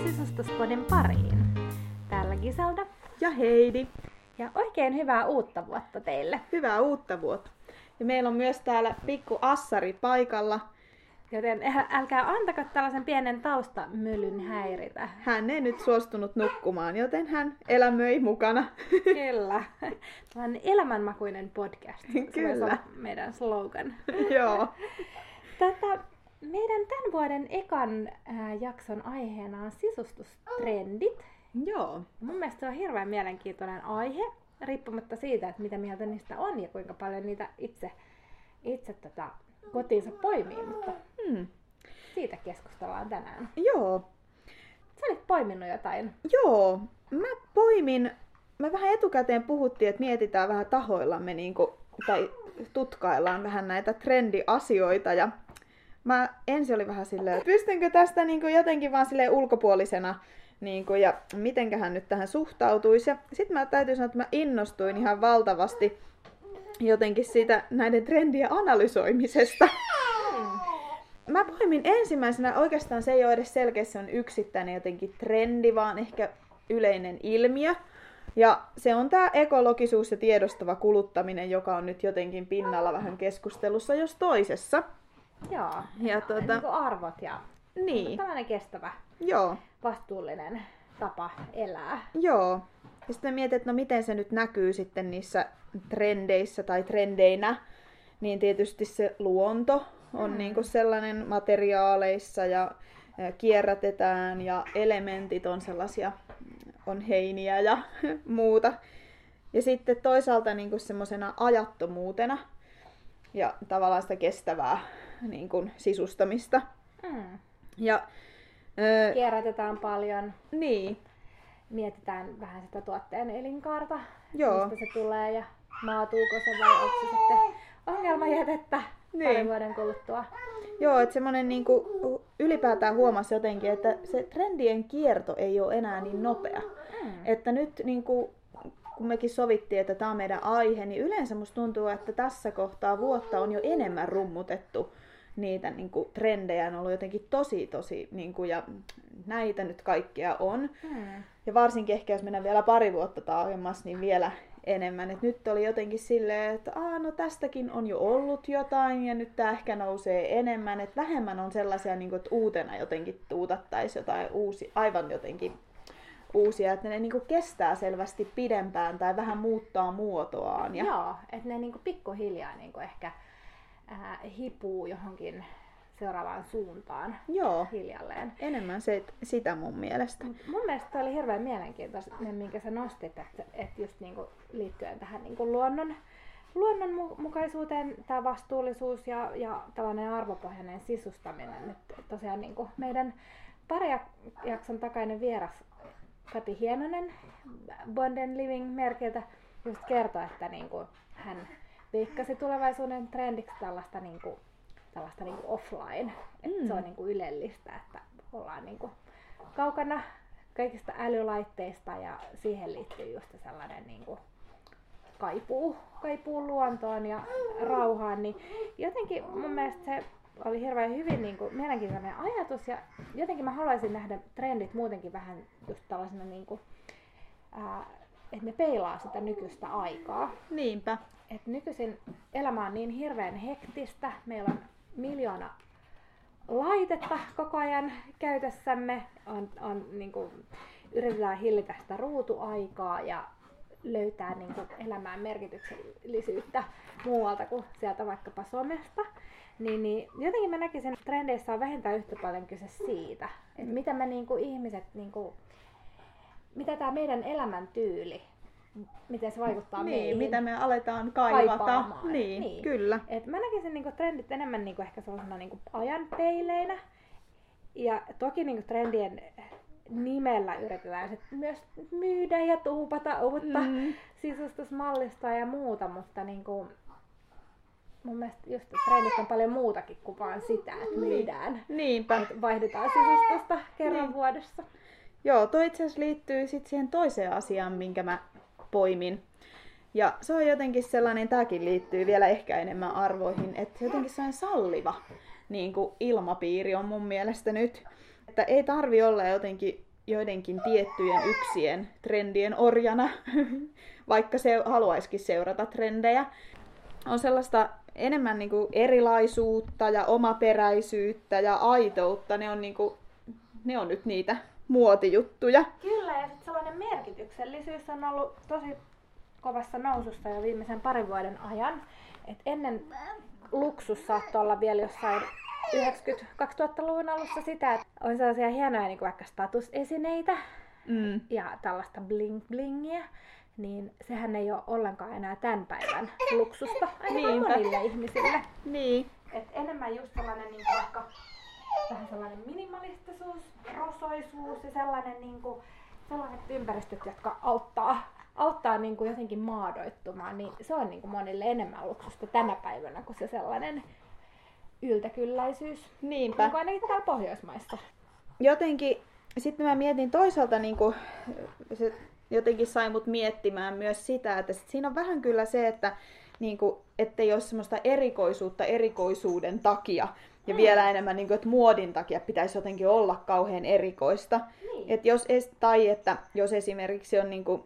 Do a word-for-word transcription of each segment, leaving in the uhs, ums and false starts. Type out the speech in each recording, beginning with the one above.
Sisustuspodin pariin. Täällä Giselda ja Heidi. Ja oikein hyvää uutta vuotta teille. Hyvää uutta vuotta. Ja meillä on myös täällä pikku Assari paikalla. Joten älkää antako tällaisen pienen taustamylyn häiritä. Hän ei nyt suostunut nukkumaan, joten hän elämöi mukana. Kyllä. Tämä on elämänmakuinen podcast. Kyllä. Se on meidän slogan. Joo. Tätä, meidän tämän vuoden ekan ää, jakson aiheena on sisustustrendit. Joo. Mun mielestä se on hirveän mielenkiintoinen aihe, riippumatta siitä, että mitä mieltä niistä on ja kuinka paljon niitä itse, itse tota, kotiinsa poimii, mutta Hmm. siitä keskustellaan tänään. Joo. Sä olit poiminut jotain. Joo. Mä poimin, me vähän etukäteen puhuttiin, että mietitään vähän tahoillamme niinku, tai tutkaillaan vähän näitä trendiasioita ja mä ensin oli vähän silleen, että pystynkö tästä niinku jotenkin vaan silleen ulkopuolisena niinku, ja mitenköhän nyt tähän suhtautuisi. Ja sit mä täytyy sanoa, että mä innostuin ihan valtavasti jotenkin siitä näiden trendien analysoimisesta. Mä poimin ensimmäisenä, oikeastaan se ei ole edes selkeästi se on yksittäinen jotenkin trendi, vaan ehkä yleinen ilmiö. Ja se on tää ekologisuus ja tiedostava kuluttaminen, joka on nyt jotenkin pinnalla vähän keskustelussa jos toisessa. Joo, Ja tuota... tuota... niin kuin arvot ja Niin. tällainen kestävä, Joo. vastuullinen tapa elää. Joo. Ja sitten mietin, että no miten se nyt näkyy sitten niissä trendeissä tai trendeinä. Niin tietysti se luonto on mm. niinku sellainen materiaaleissa ja kierrätetään ja elementit on sellaisia, on heiniä ja muuta. Ja sitten toisaalta niinku semmosena ajattomuutena ja tavallaan sitä kestävää niinku sisustamista. Mm. Ja, ö, Kierrätetään paljon. Niin. Mietitään vähän sitä tuotteen elinkaarta, Joo. mistä se tulee ja maatuuko se vai onko se sitten ongelmajätettä Niin. parin vuoden kuluttua. Joo, että semmonen niinku ylipäätään huomasi jotenkin, että se trendien kierto ei ole enää niin nopea. Mm. Että nyt niinku, kun mekin sovittiin, että tämä on meidän aihe, niin yleensä musta tuntuu, että tässä kohtaa vuotta on jo enemmän rummutettu niitä niinku trendejä. On ollut jotenkin tosi tosi, niinku, ja näitä nyt kaikkea on. Mm. Ja varsinkin ehkä jos mennään vielä pari vuotta taakemmas, niin vielä enemmän. Et nyt oli jotenkin silleen, että Aa, no tästäkin on jo ollut jotain ja nyt tää ehkä nousee enemmän. Et vähemmän on sellaisia, niin kuin, että uutena jotenkin tuutattaisiin jotain uusi, aivan jotenkin uusia. Että ne niin kuin kestää selvästi pidempään tai vähän muuttaa muotoaan. Ja... Joo, että ne niinku pikkuhiljaa niinku ehkä ää, hipuu johonkin seuraavaan suuntaan. Joo, hiljalleen. Enemmän se, sitä mun mielestä. Mun mielestä toi oli hirveän mielenkiintoinen, minkä sä nostit, että, että just niinku liittyen tähän niinku luonnon, luonnonmukaisuuteen, tämä vastuullisuus ja, ja tällainen arvopohjainen sisustaminen. Että tosiaan niinku meidän pari jakson takainen vieras Kati Hienonen Bond and Living -merkiltä just kertoi, että niinku hän veikkasi tulevaisuuden trendiksi tällaista niinku tällaista niinku offline, että mm. se on niinku ylellistä, että ollaan niinku kaukana kaikista älylaitteista ja siihen liittyy just sellainen niinku kaipuu, kaipuu luontoon ja rauhaan, niin jotenkin mun mielestä se oli hirveän hyvin niinku mielenkiintoinen ajatus ja jotenkin mä haluaisin nähdä trendit muutenkin vähän just tällaisena niinku, ää, että ne peilaa sitä nykyistä aikaa. Niinpä. Et nykyisin elämä on niin hirveän hektistä, meillä on miljoona laitetta koko ajan käytössämme, on, on, niin kuin, yritetään hillitä sitä ruutuaikaa ja löytää niin kuin, elämään merkityksellisyyttä muualta kuin sieltä vaikkapa somesta. Niin, niin, jotenkin mä näkisin, että trendeissä on vähintään yhtä paljon kyse siitä, että mitä me niin kuin, ihmiset, niin kuin, mitä tämä meidän elämäntyyli, miten se vaikuttaa niin, meihin. mitä me aletaan kaivata. Kaipaamaan. Niin, Niin. kyllä. Et mä näkisin niinku trendit enemmän niinku ehkä sellaisena niinku ajanpeileinä. Ja toki niinku trendien nimellä yritetään sit myös myydä ja tuupata uutta mm. sisustusmallista ja muuta, mutta niinku, mun mielestä just trendit on paljon muutakin kuin vaan sitä, että myydään. Niinpä. Et vaihdetaan sisustusta kerran niin. vuodessa. Joo, toi itse asiassa liittyy sit siihen toiseen asiaan, minkä mä poimin. Ja se on jotenkin sellainen, tämäkin liittyy vielä ehkä enemmän arvoihin, että jotenkin sellainen salliva niin kuin ilmapiiri on mun mielestä nyt. Että ei tarvi olla jotenkin joidenkin tiettyjen yksien trendien orjana, vaikka se haluaisikin seurata trendejä. On sellaista enemmän niin kuin erilaisuutta ja omaperäisyyttä ja aitoutta. Ne on, niin kuin, ne on nyt niitä muotijuttuja. Kyllä, ja sitten sellainen merkityksellisyys on ollut tosi kovassa nousussa jo viimeisen parin vuoden ajan. Et ennen luksus saattoi olla vielä jossain yhdeksänkymmentä-kaksituhattaluvun alussa sitä, että on sellaisia hienoja niin kuin vaikka statusesineitä mm. ja tällaista bling-blingiä, niin sehän ei ole ollenkaan enää tämän päivän luksusta ainakaan monille ihmisille. Niin. Et enemmän just sellainen niin vaikka vähän sellainen minimalistisuus, rosoisuus ja sellainen niin kuin, sellaiset ympäristöt, jotka auttaa, auttaa niin kuin jotenkin maadoittumaan, niin se on niin kuin monille enemmän luksusta tänä päivänä kuin se sellainen yltäkylläisyys. Niinpä. Niin kuin ainakin täällä Pohjoismaissa. Jotenkin, sitten mä mietin toisaalta, niin kuin, se jotenkin sai mut miettimään myös sitä, että sit siinä on vähän kyllä se, että niin kuin, ettei ole semmoista erikoisuutta erikoisuuden takia. Ja mm. vielä enemmän, niin kuin, että muodin takia pitäisi jotenkin olla kauhean erikoista. Niin. Et jos, tai että jos esimerkiksi on niin kuin,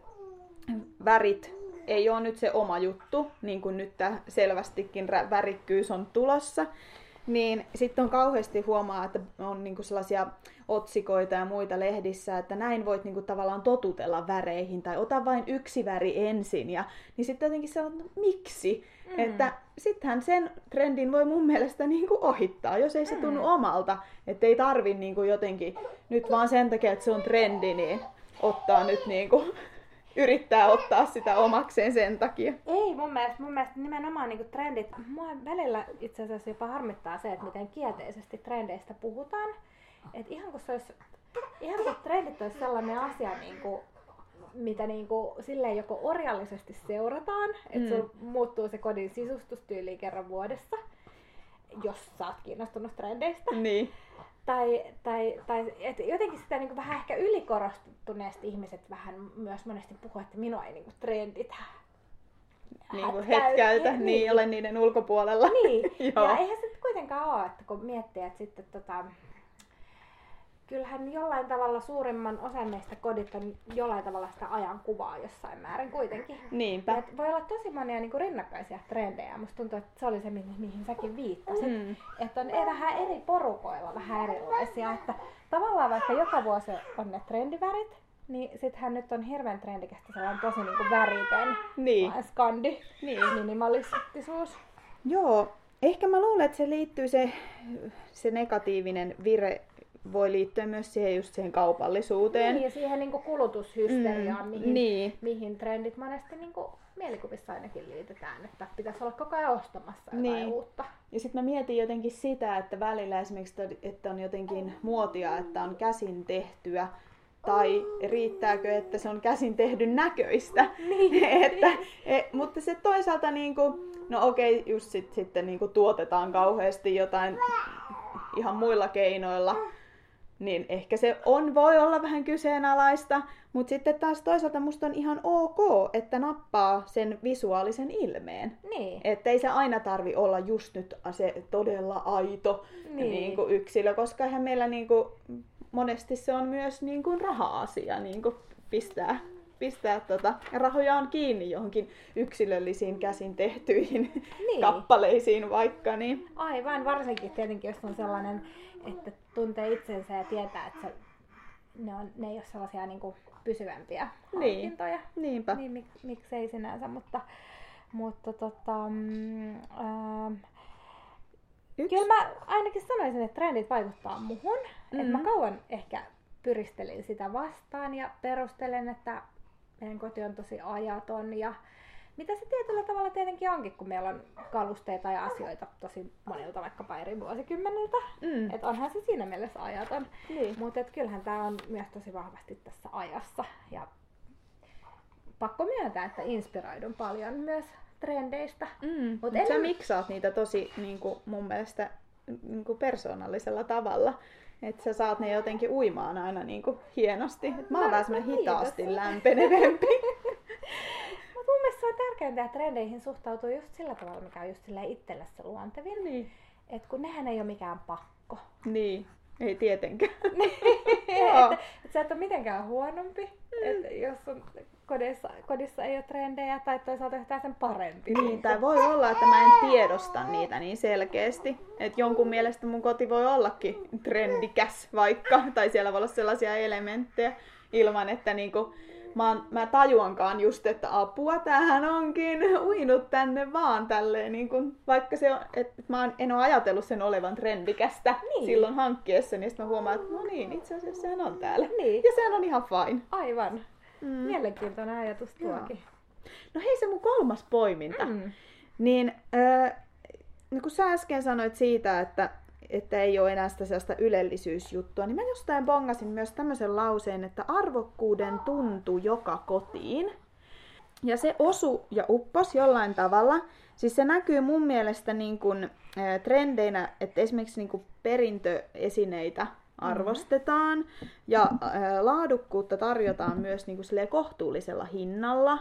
värit, ei ole nyt se oma juttu, niin kuin nyt selvästikin värikkyys on tulossa, niin sitten on kauheasti huomaa, että on niinku sellaisia otsikoita ja muita lehdissä, että näin voit niinku tavallaan totutella väreihin tai ota vain yksi väri ensin. Ja, niin sitten jotenkin se on, miksi? Mm. Että sittenhän sen trendin voi mun mielestä niinku ohittaa, jos ei se tunnu mm. omalta. Että ei tarvi niinku jotenkin nyt vaan sen takia, että se on trendi, niin ottaa nyt niinku... yrittää ottaa sitä omakseen sen takia. Ei, mun mielestä, mun mielestä nimenomaan niinku trendit, mua välillä itse asiassa jopa harmittaa se, että miten kielteisesti trendeistä puhutaan. Et ihan kun se olisi, ihan kun trendit olisi sellainen asia, niinku, mitä niinku, silleen joko orjallisesti seurataan, että mm. sulla muuttuu se kodin sisustustyyli kerran vuodessa, jos sä oot kiinnostunut trendeistä. Niin. Tai, tai, tai et jotenkin sitä niin kuin vähän ehkä ylikorostuneesti ihmiset vähän myös monesti puhuu, että minua ei niin kuin trendit niin kuin hetkäytä, niin, niin olen niiden ulkopuolella. Niin, ja eihän se kuitenkaan ole, että kun miettii, että sitten tota, kyllähän jollain tavalla suurimman osan meistä kodit on jollain tavalla sitä ajankuvaa jossain määrin kuitenkin. Niinpä. Et voi olla tosi monia niin kuin rinnakkaisia trendejä. Musta tuntuu, että se oli se, mihin, mihin säkin viittasit. Mm. Että on vähän eri porukoilla vähän erilaisia. Että tavallaan vaikka joka vuosi on ne trendivärit, niin sittenhän nyt on hirveän trendikästä sellainen tosi niin kuin väritön niin. skandi, niin. minimalistisuus. Joo, ehkä mä luulen, että se liittyy se, se negatiivinen vire voi liittyä myös siihen just siihen kaupallisuuteen. Niin, ja siihen niin kuin kulutushysteriaan, mm, mihin, niin. mihin trendit monesti niin kuin mielikuvissa ainakin liitetään, että pitäisi olla koko ajan ostamassa jotain niin. uutta. Ja sitten mä mietin jotenkin sitä, että välillä esimerkiksi, että on jotenkin muotia, että on käsin tehtyä, tai riittääkö, että se on käsin tehdyn näköistä. Niin. että, et, mutta se toisaalta, niin kuin, no okei, just sit, sitten niin kuin tuotetaan kauheasti jotain ihan muilla keinoilla, niin ehkä se on, voi olla vähän kyseenalaista, mutta sitten taas toisaalta musta on ihan ok, että nappaa sen visuaalisen ilmeen. Niin. Että ei se aina tarvi olla just nyt se todella aito niin. Niin kuin yksilö, koska eihän meillä niin kuin, monesti se on myös niin kuin raha-asia niin kuin pistää, pistää tota, rahoja on kiinni johonkin yksilöllisiin käsin tehtyihin niin. kappaleisiin vaikka. Niin. Aivan, varsinkin tietenkin jos on sellainen, että tuntee itsensä ja tietää, että se, ne, on, ne ei ole sellaisia niin kuin pysyvämpiä niin. hankintoja. Niinpä. Niin, mik, miksei sinänsä, mutta, mutta tota, mm, ää, kyllä mä ainakin sanoisin, että trendit vaikuttaa muhun. Mm-hmm. Että mä kauan ehkä pyristelin sitä vastaan ja perustelen, että meidän koti on tosi ajaton ja mitä se tietyllä tavalla tietenkin onkin, kun meillä on kalusteita ja asioita tosi monilta vaikkapa eri vuosikymmeniltä. Mm. Että onhan se siinä mielessä ajaton. Niin. Mutta kyllähän tämä on myös tosi vahvasti tässä ajassa. Ja pakko myöntää, että inspiroidun paljon myös trendeistä. Mm. Mutta en... sä miksaat niitä tosi niin kuin, mun mielestä niin kuin persoonallisella tavalla. Että sä saat ne jotenkin uimaan aina niin kuin, hienosti. Et mä oon no, vähän semmonen hitaasti lämpenevempi. Mun mielestä se on tärkeintä, että trendeihin suhtautuu just sillä tavalla, mikä on just itselle se luontevin. Niin. Että kun nehän ei ole mikään pakko. Niin. Ei tietenkään. että, että sä et ole mitenkään huonompi, mm. että jos sun kodissa, kodissa ei ole trendejä tai toisaalta yhtään sen parempi. Niin, tai voi olla, että mä en tiedosta niitä niin selkeästi. Että jonkun mielestä mun koti voi ollakin trendikäs vaikka, tai siellä voi olla sellaisia elementtejä ilman, että niinku Mä, oon, mä tajuankaan just, että apua, tämähän onkin uinut tänne vaan tälleen, niin kun, vaikka se on, että mä en ole ajatellut sen olevan trendikästä niin. silloin hankkiessa, niin sitten mä huomaan, että no niin, itse asiassa sehän on täällä. Niin. Ja sehän on ihan fine. Aivan. Mm. Mielenkiintoinen ajatus tuokin. No hei, se mun kolmas poiminta. Mm. Niin, äh, niin kun sä äsken sanoit siitä, että että ei ole enää sitä sellaista ylellisyysjuttua, niin mä jostain bongasin myös tämmöisen lauseen, että arvokkuuden tuntu joka kotiin. Ja se osu ja uppos jollain tavalla. Siis se näkyy mun mielestä niin kuin, ä, trendeinä, että esimerkiksi niin kuin perintöesineitä arvostetaan mm-hmm. ja ä, laadukkuutta tarjotaan myös niin kuin silleen kohtuullisella hinnalla.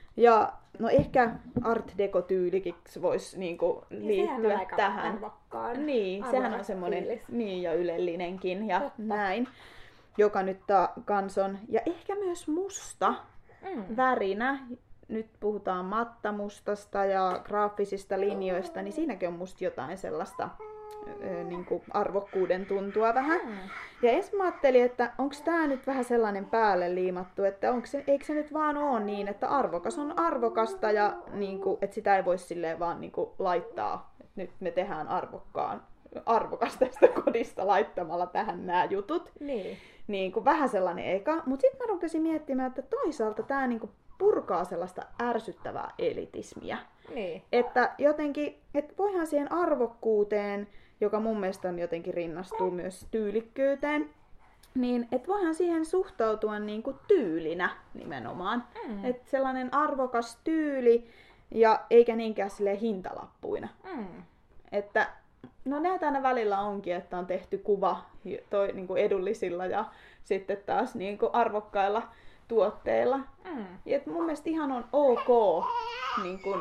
Ja no ehkä art deco-tyylikin voisi niinku liittyä tähän. Arvokkaan. Niin, sehän on semmoinen niin ja ylellinenkin ja Totta. näin, joka nyt ta- kans on. Ja ehkä myös musta mm. värinä. Nyt puhutaan mattamustasta ja graafisista linjoista, niin siinäkin on musta jotain sellaista niin kuin arvokkuuden tuntua vähän. Mm. Ja ensin mä ajattelin, että onko tää nyt vähän sellainen päälle liimattu, että onko se, eikö se nyt vaan ole niin, että arvokas on arvokasta ja niin kuin, että sitä ei voi silleen vaan niin kuin laittaa, että nyt me tehdään arvokkaan, arvokas tästä kodista laittamalla tähän nämä jutut. Niin. Niin kuin vähän sellainen eka. Mutta sitten mä rupesin miettimään, että toisaalta tää niin kuin purkaa sellaista ärsyttävää elitismiä. Niin. Että jotenkin, että voihan siihen arvokkuuteen, joka mun mielestä on jotenkin rinnastuu myös tyylikkyyteen, niin että voihan siihen suhtautua niin kuin tyylinä nimenomaan. Mm. Että sellainen arvokas tyyli, ja eikä niinkään silleen hintalappuina. Mm. Että no näitä aina välillä onkin, että on tehty kuva toi, niin kuin edullisilla ja sitten taas niin kuin arvokkailla tuotteilla. Mm. Ja mun mielestä ihan on ok niin kun,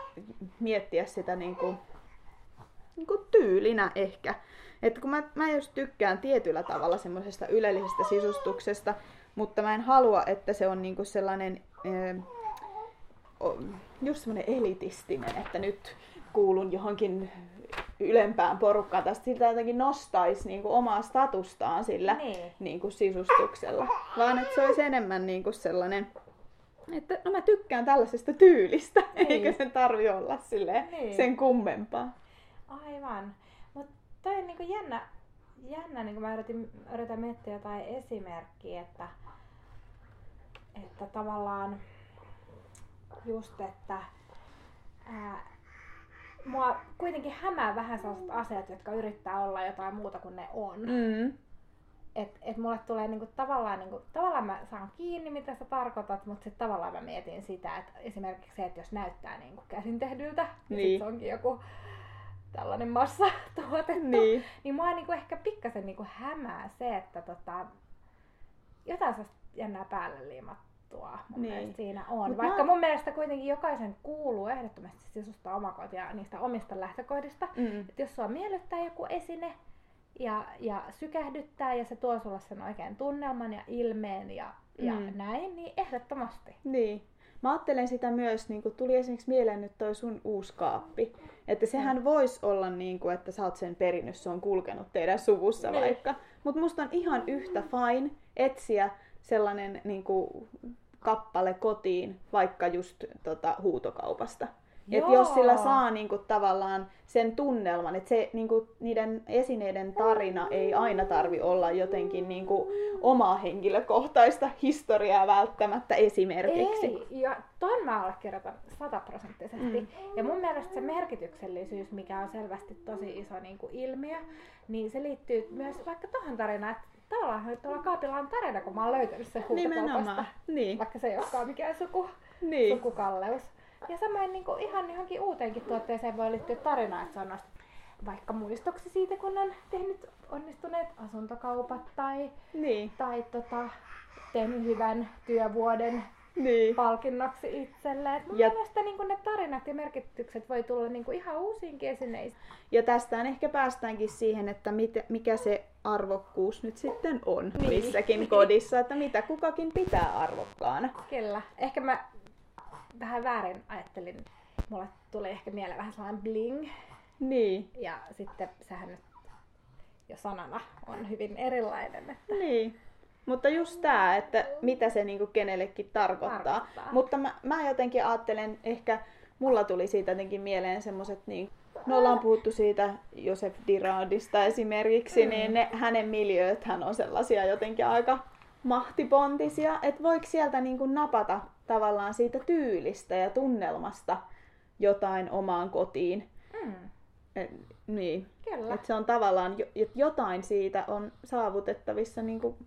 miettiä sitä niin kun, niin kun tyylinä ehkä. Että kun mä, mä just tykkään tietyllä tavalla semmoisesta ylellisestä sisustuksesta, mutta mä en halua, että se on niin kun sellainen eh, just semmoinen elitistinen, että nyt kuulun johonkin ylempään porukkaan, tästä siltä jotenkin nostaisi niin kuin omaa statustaan sillä niin. Niin kuin sisustuksella. Vaan että se olisi enemmän niin kuin sellainen, että no mä tykkään tällaisesta tyylistä, niin. Eikä sen tarvi olla silleen niin. Sen kummempaa. Aivan. Mutta toi on niin kuin jännä, jännä niin kuin mä yritin, yritän miettiä jotain esimerkkiä, että, että tavallaan just, että ää, mua kuitenkin hämää vähän sellaiset asiat, jotka yrittää olla jotain muuta kuin ne on. Mm. Että et mulle tulee niinku tavallaan, niinku, tavallaan mä saan kiinni, mitä sä tarkoitat, mutta sitten tavallaan mä mietin sitä, että esimerkiksi se, että jos näyttää niinku käsin tehdyltä, niin. Ja sit se onkin joku tällainen massatuotettu, niin, niin mua niinku ehkä pikkasen niinku hämää se, että tota, jotain sellaista jännää päälle liimattua. Mun niin. mielestä siinä on. Mut Vaikka mä... mun mielestä kuitenkin jokaisen kuuluu ehdottomasti sisustaa omakotia niistä omista lähtökohdista. Mm. Että jos sua miellyttää joku esine ja, ja sykähdyttää ja se tuo sulle sen oikean tunnelman ja ilmeen ja, mm. ja näin, niin ehdottomasti. Niin. Mä ajattelen sitä myös, niin kun tuli esimerkiksi mieleen nyt toi sun uusi kaappi. Että sehän mm. voisi olla niin kuin, että sä oot sen perinnyt, se on kulkenut teidän suvussa niin. vaikka. Mutta musta on ihan yhtä fine etsiä sellainen niin kuin, kappale kotiin, vaikka just tota, huutokaupasta. Että jos sillä saa niin kuin, tavallaan sen tunnelman, että se, niin kuin, niiden esineiden tarina ei aina tarvi olla jotenkin niin kuin, omaa henkilökohtaista historiaa välttämättä esimerkiksi. Ei, ja ton mä allekirjoitan sataprosenttisesti. Mm. Ja mun mielestä se merkityksellisyys, mikä on selvästi tosi iso niin kuin, ilmiö, niin se liittyy myös vaikka tohon tarinaan, että tavallaan tuolla kaapilla on tarina, kun mä oon löytänyt sen huutokaupasta, niin. vaikka se ei olekaan mikään suku, niin. sukukalleus. Ja samoin niin kuin ihan johonkin uuteenkin tuotteeseen voi liittyä tarina, että se on vaikka muistoksi siitä, kun on tehnyt onnistuneet asuntokaupat tai, niin. tai tota, tehnyt hyvän työvuoden niin. palkinnoksi itselleen. Mun Ja- mielestä niin ne tarinat ja merkitykset voi tulla niin ihan uusiinkin esineisiin. Ja tästään ehkä päästäänkin siihen, että mit, mikä se arvokkuus nyt sitten on Niin. missäkin kodissa, että mitä kukakin pitää arvokkaana. Kyllä. Ehkä mä vähän väärin ajattelin. Mulle tuli ehkä mieleen vähän sellainen bling. Niin, Ja sitten sehän nyt jo sanana on hyvin erilainen. Että niin. Mutta just tää, että mitä se niinku kenellekin tarkoittaa. Tarkoittaa. Mutta mä, mä jotenkin ajattelen, ehkä mulla tuli siitä jotenkin mieleen semmoset niin. No ollaan puhuttu siitä Joseph Dirardista esimerkiksi, mm. niin ne, hänen miljööthän on sellaisia jotenkin aika mahtipontisia, että voiko sieltä niinku napata tavallaan siitä tyylistä ja tunnelmasta jotain omaan kotiin. mm, Et, niin. kyllä. Et se on tavallaan, jo- et jotain siitä on saavutettavissa niinku,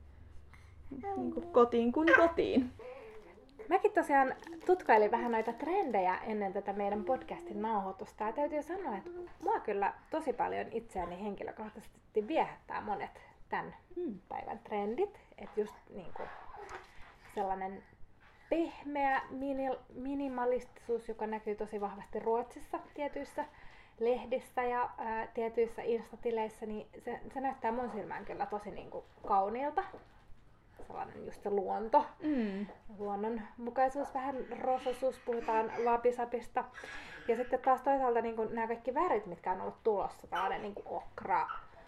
niinku kotiin kuin kotiin. Mäkin tosiaan tutkailin vähän noita trendejä ennen tätä meidän podcastin nauhoitusta. Ja täytyy sanoa, että mua kyllä tosi paljon itseäni henkilökohtaisesti viehättää monet tämän Mm. päivän trendit. Että just niinku sellainen pehmeä mini- minimalistisuus, joka näkyy tosi vahvasti Ruotsissa tietyissä lehdissä ja ää, tietyissä instatileissä, niin se, se näyttää mun silmään kyllä tosi niinku kauniilta. Sellainen just se luonto. Mm. Luonnonmukaisuus, vähän rososuus, puhutaan vapisapista. Ja sitten taas toisaalta niin nämä kaikki värit, mitkä on ollut tulossa, tällainen niin okra,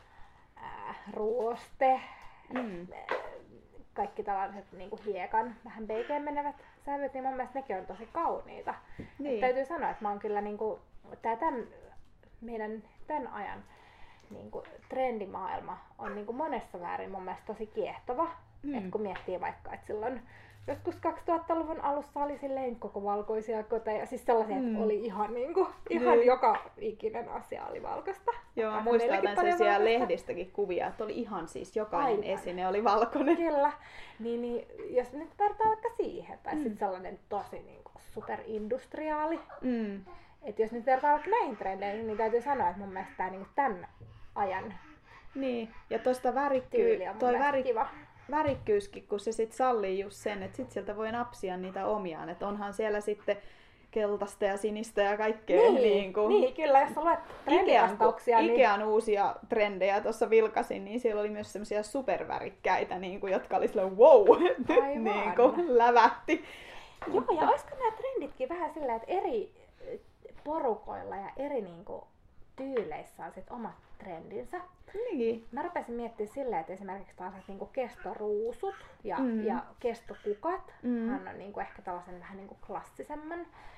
ää, ruoste, Mm. kaikki tällaiset niin hiekan, vähän beikeen menevät sävyt, niin mun mielestä nekin on tosi kauniita. Niin. Et täytyy sanoa, että mä oon kyllä niin kuin, tää tämän, meidän tämän ajan niin kuin, trendimaailma on niin kuin monessa määrin mun mielestä tosi kiehtova. Mm. Et kun miettii vaikka, että silloin joskus kaksituhattaluvun alussa oli silleen koko valkoisia koteja, siis sellaisia, Mm. että oli ihan, niinku, ihan Niin. joka ikinen asia oli valkoista. Joo, mä Onhan muistan meilläkin jotain paljon sellaisia valkoista. lehdistäkin kuvia, että oli ihan siis jokainen Aivan. esine oli valkoinen. Kyllä. Niin, niin, jos nyt vertaa vaikka siihen, tai Mm. sitten sellainen tosi niinku, superindustriaali. Mm. Että jos nyt vertaa vaikka näihin trendeihin, niin täytyy sanoa, että mun mielestä tää, niinku, tämän ajan Niin, ja tosta värikky... tyyli on mun toi mielestä väri... kiva. värikkyyskin, kun se sit sallii just sen, että sit sieltä voi napsia niitä omiaan. Että onhan siellä sitten keltaista ja sinistä ja kaikkea. Niin, niin, kuin niin, kyllä, jos sä luet Ikean, kun trendivastauksia, niin Ikean uusia trendejä tuossa vilkasin, niin siellä oli myös semmoisia supervärikkäitä, niin kuin, jotka oli silleen wow, Aivan. niin kuin, lävähti. joo, ja olisiko nämä trenditkin vähän silleen, että eri eh, porukoilla ja eri niinku, tyyleissä on sit omat trendinsä. Niin. Mä rupesin miettimään silleen, että esimerkiksi tällaiset niinku kestoruusut ja, Mm. ja kestokukat Mm. hän on niinku ehkä tällaisen vähän niinku klassisemman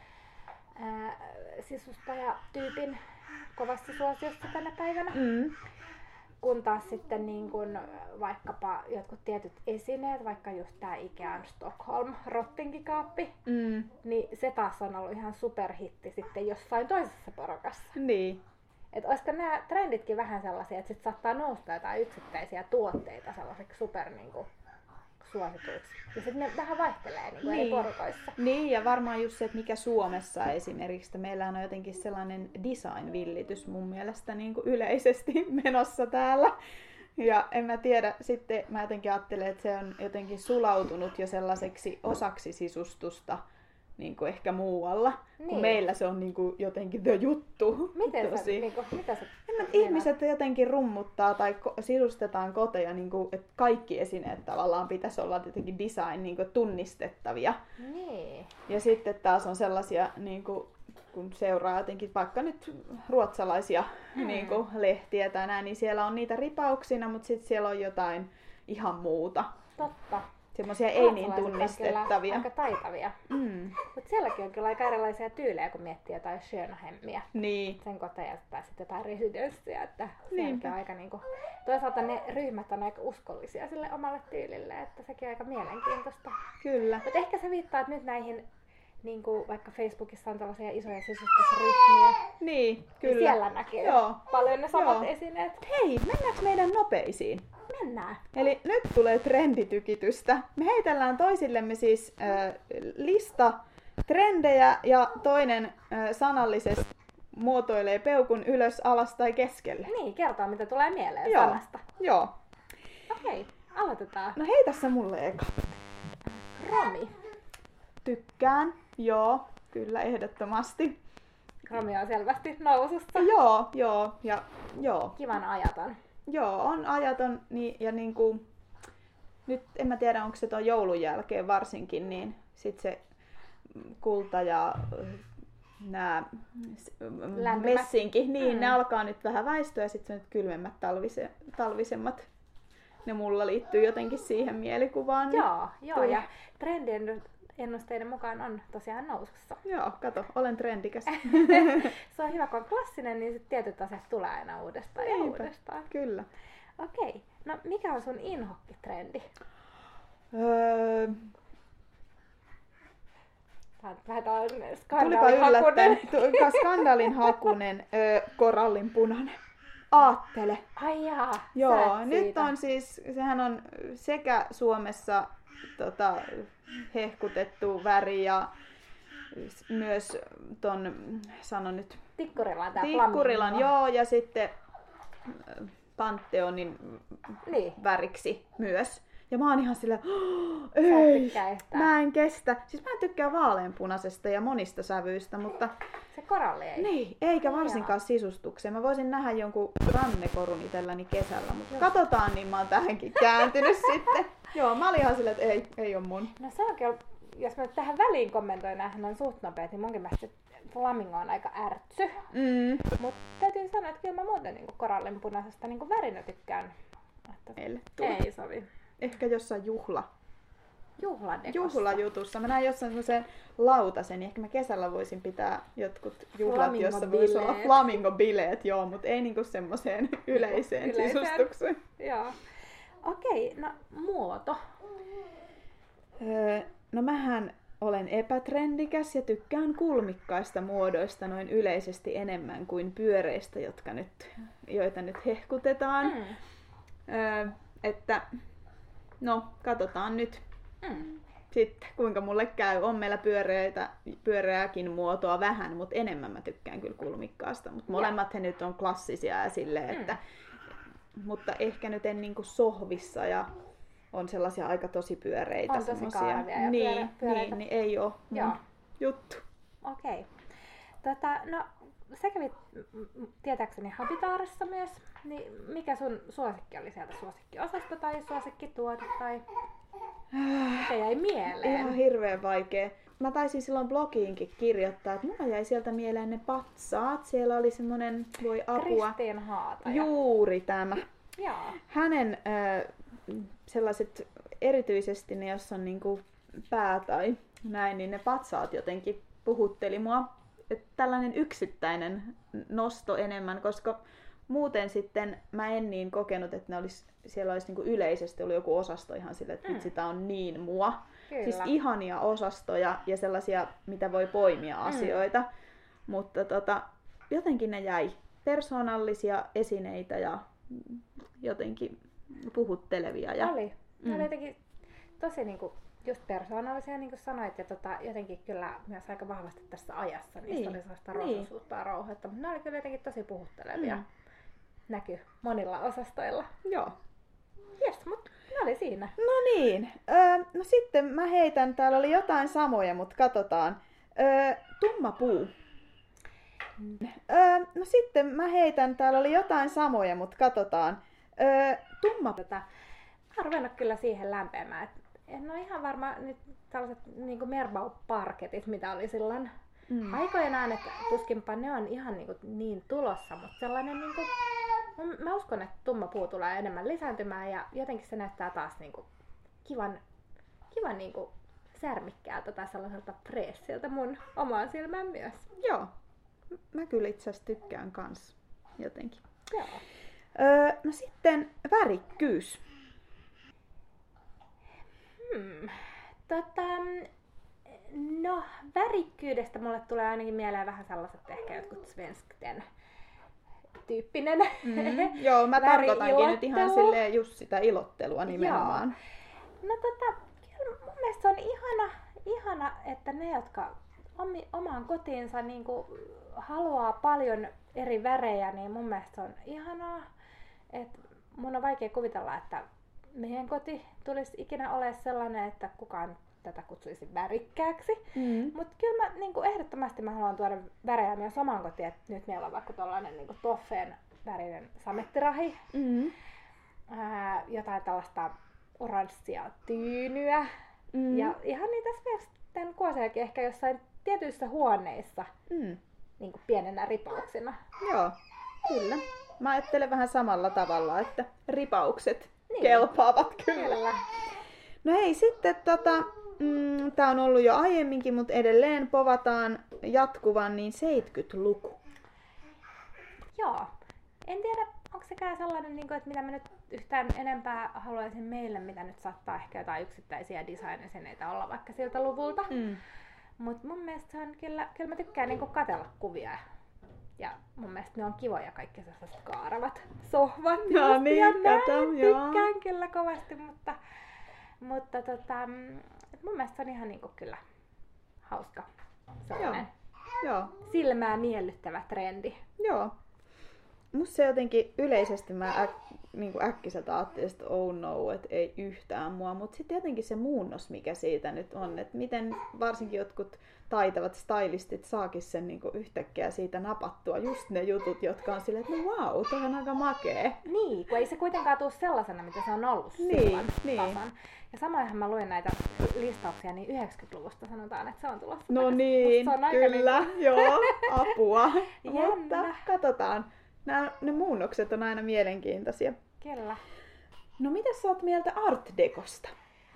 ää, sisustajatyypin kovasti suosiossa tänä päivänä. Mm. Kun taas sitten niin kun vaikkapa jotkut tietyt esineet, vaikka just tää Ikean Stockholm rottingikaappi, Mm. niin se taas on ollut ihan superhitti sitten jossain toisessa porukassa. Niin. Et olisiko nämä trenditkin vähän sellaisia, että sit saattaa nousta jotain yksittäisiä tuotteita sellaiseksi super niinku, suosituiksi. Ja sitten ne vähän vaihtelee niinku, eri Niin. porukoissa. Niin, ja varmaan just se, että mikä Suomessa esimerkiksi, että meillähän on jotenkin sellainen design-villitys mun mielestä niin kuin yleisesti menossa täällä. Ja en mä tiedä, sitten mä jotenkin ajattelen, että se on jotenkin sulautunut jo sellaiseksi osaksi sisustusta, niin kuin ehkä muualla. Niin. Kun Niin. meillä se on niin kuin jotenkin the juttu. Miten sä, Tosi. niinku, mitä sä En mä- meinaat? Ihmiset jotenkin rummuttaa tai ko- sisustetaan koteja, niin kuin, että kaikki esineet tavallaan pitäisi olla jotenkin design niin kuin tunnistettavia. Niin. Ja sitten taas on sellaisia, niin kuin, kun seuraa jotenkin vaikka nyt ruotsalaisia Mm. niin kuin, lehtiä tai näin, niin siellä on niitä ripauksina, mutta sitten siellä on jotain ihan muuta. Totta. Semmoisia ei niin Ruotsalaiset on kyllä tunnistettavia. aika taitavia. Mm. Mutta sielläkin on kyllä aika erilaisia tyylejä, kun miettii jotain Schönhemmiä. Niin. Sen koteja tai sitten jotain residenssiä, että Niinpä. sielläkin on aika niinku... Toisaalta ne ryhmät on aika uskollisia sille omalle tyylille, että sekin on aika mielenkiintoista. Kyllä. Mutta ehkä se viittaa nyt näihin, niinku vaikka Facebookissa on tällaisia isoja sisustusryhmiä, Niin, niin kyllä. siellä näkyy Joo. paljon ne samat Joo. esineet. Hei, mennäänkö meidän nopeisiin? Mennään. Eli nyt tulee trenditykitystä. Me heitellään toisillemme siis äh, lista trendejä ja toinen äh, sanallisesti muotoilee peukun ylös, alas tai keskelle. Niin, kertoo mitä tulee mieleen Joo. sanasta. Joo. Okei, aloitetaan. No heitä sä mulle eka. Romi. tykkään, joo, kyllä ehdottomasti. Kromia on selvästi nousussa. Joo, joo, ja joo. Kivan ajaton. Joo, on ajaton, niin, ja niinku, nyt en mä tiedä, onko se tuon joulun jälkeen varsinkin, niin sit se kulta ja nämä messinki, niin mm. ne alkaa nyt vähän väistyä, ja sitten se nyt kylmemmät talvise, talvisemmat, ne mulla liittyy jotenkin siihen mielikuvaan. Niin joo, joo ja trendien ennusteiden mukaan on tosiaan nousussa. Joo, kato, olen trendikäs. Se on hyvä, kun on klassinen, niin sit tietyt asiat tulee aina uudestaan ja Eipä, uudestaan. Kyllä. Okei, no mikä on sun inhokkitrendi? Öö... Vähän on Tulipa yllättäen. Skandaalin hakunen öö, korallin punainen. Aattele. Ai jaa, joo, nyt siitä. On siis, sehän on sekä Suomessa tota, hehkutettu väri ja myös ton, sanon nyt, Tikkurilan, tää Tikkurilan, joo, ja sitten Pantheonin niin. väriksi myös. Ja mä oon ihan silleen, ei, mä en kestä. Siis mä en tykkää vaaleanpunaisesta ja monista sävyistä, mutta... Se koralli ei. Niin, eikä varsinkaan Jaa. sisustukseen. Mä voisin nähdä jonkun rannekorun itselläni kesällä, mutta katsotaan, niin mä oon tähänkin kääntynyt sitten. Joo, mä olin ihan silleen, että ei, ei oo mun. No se onkin, jos mä tähän väliin kommentoin, näähän on suht nopeet, niin munkin mielestä flamingo on aika ärtsy. Mm. Mutta täytyy sanoa, että kyllä mä muuten niin korallinpunaisesta niin värinä tykkään. Että ei sovi. Ehkä jossain juhla. Juhladekossa. Juhlajutussa. Mä näin jossain semmoisen lautasen, niin ehkä mä kesällä voisin pitää jotkut juhlat, jossa voisi olla flamingo-bileet, joo, mutta ei niinku semmoiseen yleiseen, yleiseen sisustukseen. Joo. Okei, no muoto. Öö, no mähän olen epätrendikäs ja tykkään kulmikkaista muodoista noin yleisesti enemmän kuin pyöreistä, jotka nyt, joita nyt hehkutetaan. Mm. Öö, että no, katsotaan nyt mm. sitten, kuinka mulle käy. On meillä pyöreitä, pyöreääkin muotoa vähän, mutta enemmän mä tykkään kyllä kulmikkaasta. Mutta molemmat he nyt on klassisia ja silleen, mm. että, mutta ehkä nyt en niinku sohvissa ja on sellaisia aika tosi pyöreitä. On tosi kaarevia ja niin, pyöre, pyöreitä. Niin, niin ei oo mun juttu. Okei. Okay. Tota, no, sä kävit tietääkseni Habitaarissa myös, niin mikä sun suosikki oli sieltä? Suosikkiosasto tai suosikkituote tai mikä jäi mieleen? Ihan hirveän vaikea. Mä taisin silloin blogiinkin kirjoittaa, että mulla jäi sieltä mieleen ne patsaat. Siellä oli semmonen, voi apua. Kristiin Haataja. Juuri tämä. Joo. Hänen äh, sellaiset, erityisesti ne, jos on niinku pää tai näin, niin ne patsaat jotenkin puhutteli mua. Että tällainen yksittäinen nosto enemmän, koska muuten sitten mä en niin kokenut, että ne olisi, siellä olisi niinku yleisesti ollut joku osasto ihan silleen, että mm. sitä on niin mua. Kyllä. Siis ihania osastoja ja sellaisia, mitä voi poimia mm. asioita. Mutta tota, jotenkin ne jäi persoonallisia esineitä ja jotenkin puhuttelevia. Ja, oli. Ne mm. oli jotenkin tosi niinku just persoonallisia, niin kuin sanoit, ja tota, jotenkin kyllä myös aika vahvasti tässä ajassa. Niistä niin. oli sellaista rososuutta ja rouhetta, mutta ne oli kyllä jotenkin tosi puhuttelevia. Mm. Näkyy monilla osastoilla. Joo. Jes, mutta ne oli siinä. No niin. Öö, no sitten mä heitän, täällä oli jotain samoja, mutta katsotaan. Öö, tumma puu. Mm. Öö, no sitten mä heitän, täällä oli jotain samoja, mutta katsotaan. Öö, tumma tota, mä oon ruvennut kyllä siihen lämpeämään. En ole ihan varma nyt tällaiset niin Merbau-parketit, mitä oli silloin mm. aikoinaan, että tuskinpa ne on ihan niin, niin tulossa, mutta sellainen niin kuin, mä uskon, että tumma puu tulee enemmän lisääntymään ja jotenkin se näyttää taas niin kuin kivan, kivan niin kuin särmikkäältä tai sellaiselta freessiltä mun omaan silmään myös. Joo, mä kyllä itse asiassa tykkään kans jotenkin. Joo. Öö, no sitten värikkyys. Hmm. Tota, no, värikkyydestä mulle tulee ainakin mieleen vähän sellaiset ehkä jotkut svenskten tyyppinen mm, joo, mä tarkoitankin nyt ihan silleen just sitä ilottelua nimenomaan. Joo. No tota, kyllä mun mielestä se on ihana, ihana, että ne, jotka omi, omaan kotiinsa niin kuin haluaa paljon eri värejä, niin mun mielestä se on ihanaa. Et mun on vaikea kuvitella, että meidän koti tulisi ikinä olemaan sellainen, että kukaan tätä kutsuisin värikkääksi. Mm. Mutta kyllä mä niinku ehdottomasti mä haluan tuoda värejä myös omaan kotiin. Et nyt meillä on vaikka tollanen niinku toffeen värinen samettirahi. Mm. Ää, jotain tällaista oranssia tyynyä. Mm. Ja ihan niitä Sversten kuosiakin ehkä jossain tietyissä huoneissa Mm. niinku pienenä ripauksena. Joo, kyllä. Mä ajattelen vähän samalla tavalla, että ripaukset Niin. kelpaavat kyllä. Kyllä. No hei, sitten tota, mm, tää on ollut jo aiemminkin, mutta edelleen povataan jatkuvan, niin seitsemänkymmentäluku. Joo. En tiedä, onko sekään sellainen, niin kuin, että mitä mä nyt yhtään enempää haluaisin meille, mitä nyt saattaa ehkä jotain yksittäisiä design-esineitä olla vaikka siltä luvulta. Mm. Mutta mun mielestä se on kyllä, kyllä mä tykkään niinku katsella kuvia. Ja mun mielestä ne on kivoja kaikki sellaiset kaaravat sohvat. No just niin, ja näin. kato, joo. Tykkään kyllä kovasti, mutta, mutta tota, mm, et mun mielestä se on ihan niinku kyllä hauska sellainen Joo, silmää miellyttävä trendi. joo. Musta se jotenkin yleisesti mä äk, niin äkkiseltä ajattelin, että oh no, että ei yhtään mua, mutta sitten jotenkin se muunnos, mikä siitä nyt on, että miten varsinkin jotkut taitavat stylistit saakin sen niin yhtäkkiä siitä napattua, just ne jutut, jotka on silleen, että no wow, toi on aika makee. Niin, kun ei se kuitenkaan tule sellaisena, mitä se on ollut Niin, silloin niin. tasan. Ja samoinhan mä luin näitä listauksia, niin yhdeksänkymmentäluvusta sanotaan, että se on tulossa. No takaisin. niin, Musta se on aika kyllä, niinku- joo, apua. Jännä. Mutta katsotaan. Nämä, ne muunnokset on aina mielenkiintoisia. Kyllä. No mitä sä oot mieltä Art Decosta?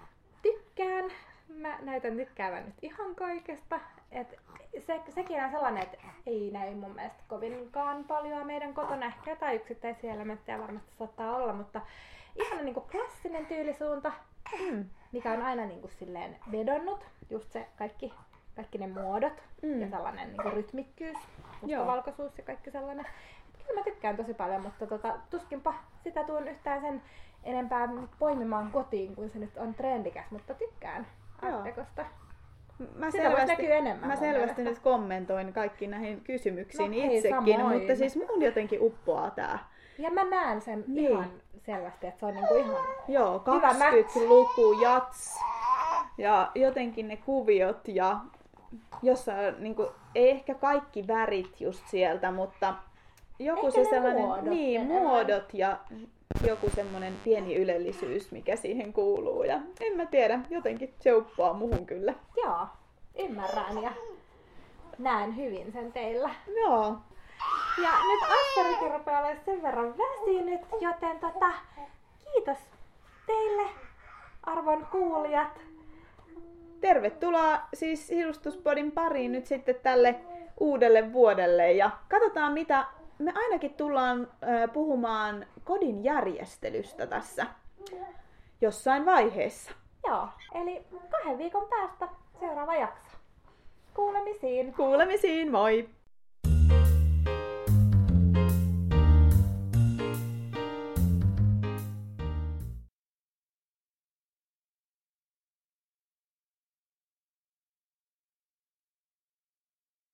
Tykkään. Mä näytän tykkäävän nyt ihan kaikesta. Et se, sekin on sellainen, että ei näy mun mielestä kovinkaan paljon meidän kotona. Ehkä jotain yksittäisiä elementtejä varmasti saattaa olla, mutta ihan niinku klassinen tyylisuunta, Mm. mikä on aina niinku silleen vedonnut. Just se kaikki, kaikki ne muodot Mm. ja sellainen niinku rytmikkyys, Joo. mustavalkoisuus ja kaikki sellainen. Kyllä mä tykkään tosi paljon, mutta tota, tuskinpa sitä tuon yhtään sen enempää poimimaan kotiin, kun se nyt on trendikäs, mutta tykkään Joo. Art Decosta. Mä Sitä voisi näkyä enemmän mä mun selvästi mielestä. nyt kommentoin kaikkiin näihin kysymyksiin No hei, itsekin, samoin. mutta siis mun jotenkin uppoaa tää. Ja mä näen sen Niin. ihan selvästi, että se on niinku ihan... Joo, Hyvä kaksikymmentäluku, jats ja jotenkin ne kuviot ja jossa niinku, ei ehkä kaikki värit just sieltä, mutta joku Ehkä se ne sellainen, muodot niin, enemmän. muodot ja joku semmonen pieni ylellisyys, mikä siihen kuuluu. Ja en mä tiedä, jotenkin se uppoaa muhun kyllä. Joo, ymmärrän ja näen hyvin sen teillä. Joo, Ja nyt Assarikin rupeaa olemaan sen verran väsynyt, joten tota, kiitos teille, arvon kuulijat. tervetuloa siis Sirustuspodin pariin nyt sitten tälle uudelle vuodelle ja katsotaan mitä me ainakin tullaan ö, puhumaan kodin järjestelystä tässä jossain vaiheessa. Joo, eli kahden viikon päästä seuraava jakso. Kuulemisiin! Kuulemisiin, moi!